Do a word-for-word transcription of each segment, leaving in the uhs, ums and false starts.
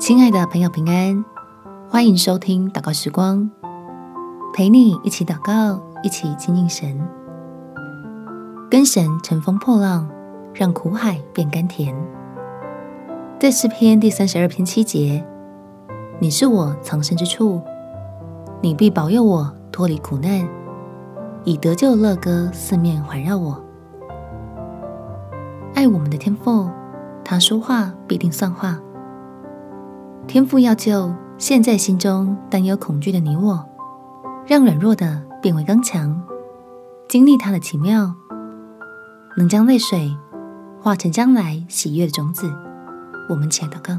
亲爱的朋友平安，欢迎收听祷告时光，陪你一起祷告，一起亲近神，跟神乘风破浪，让苦海变甘甜。在诗篇第三十二篇七节，你是我藏身之处，你必保佑我脱离苦难，以得救的乐歌四面环绕我。爱我们的天父，他说话必定算话。天父要救现在心中担忧恐惧的你我，让软弱的变为刚强，经历他的奇妙，能将泪水化成将来喜悦的种子。我们起来祷告。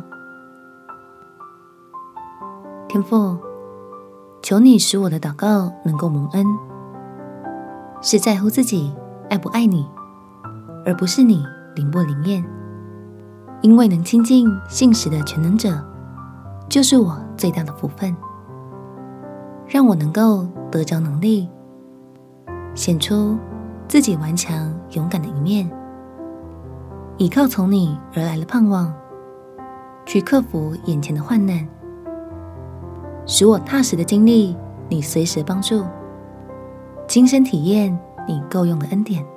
天父，求你使我的祷告能够蒙恩，是在乎自己爱不爱你，而不是你灵不灵验。因为能亲近信实的全能者，就是我最大的福分。让我能够得着能力，显出自己顽强勇敢的一面，倚靠从你而来的盼望，去克服眼前的患难，使我踏实的经历你随时的帮助，亲身体验你够用的恩典。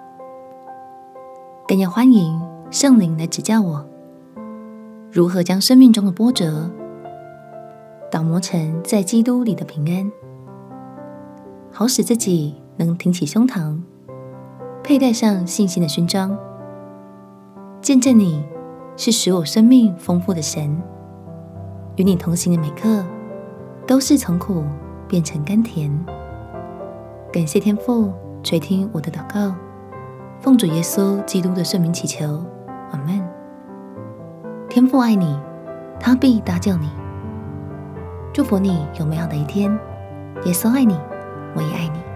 更要欢迎圣灵来指教我，如何将生命中的波折倒磨成在基督里的平安，好使自己能挺起胸膛，佩戴上信心的勋章，见证你是使我生命丰富的神。与你同行的每刻都是从苦变成甘甜。感谢天父垂听我的祷告，奉主耶稣基督的圣名祈求，阿们。天父爱你，他必搭救你。祝福你有美好的一天。耶稣爱你，我也爱你。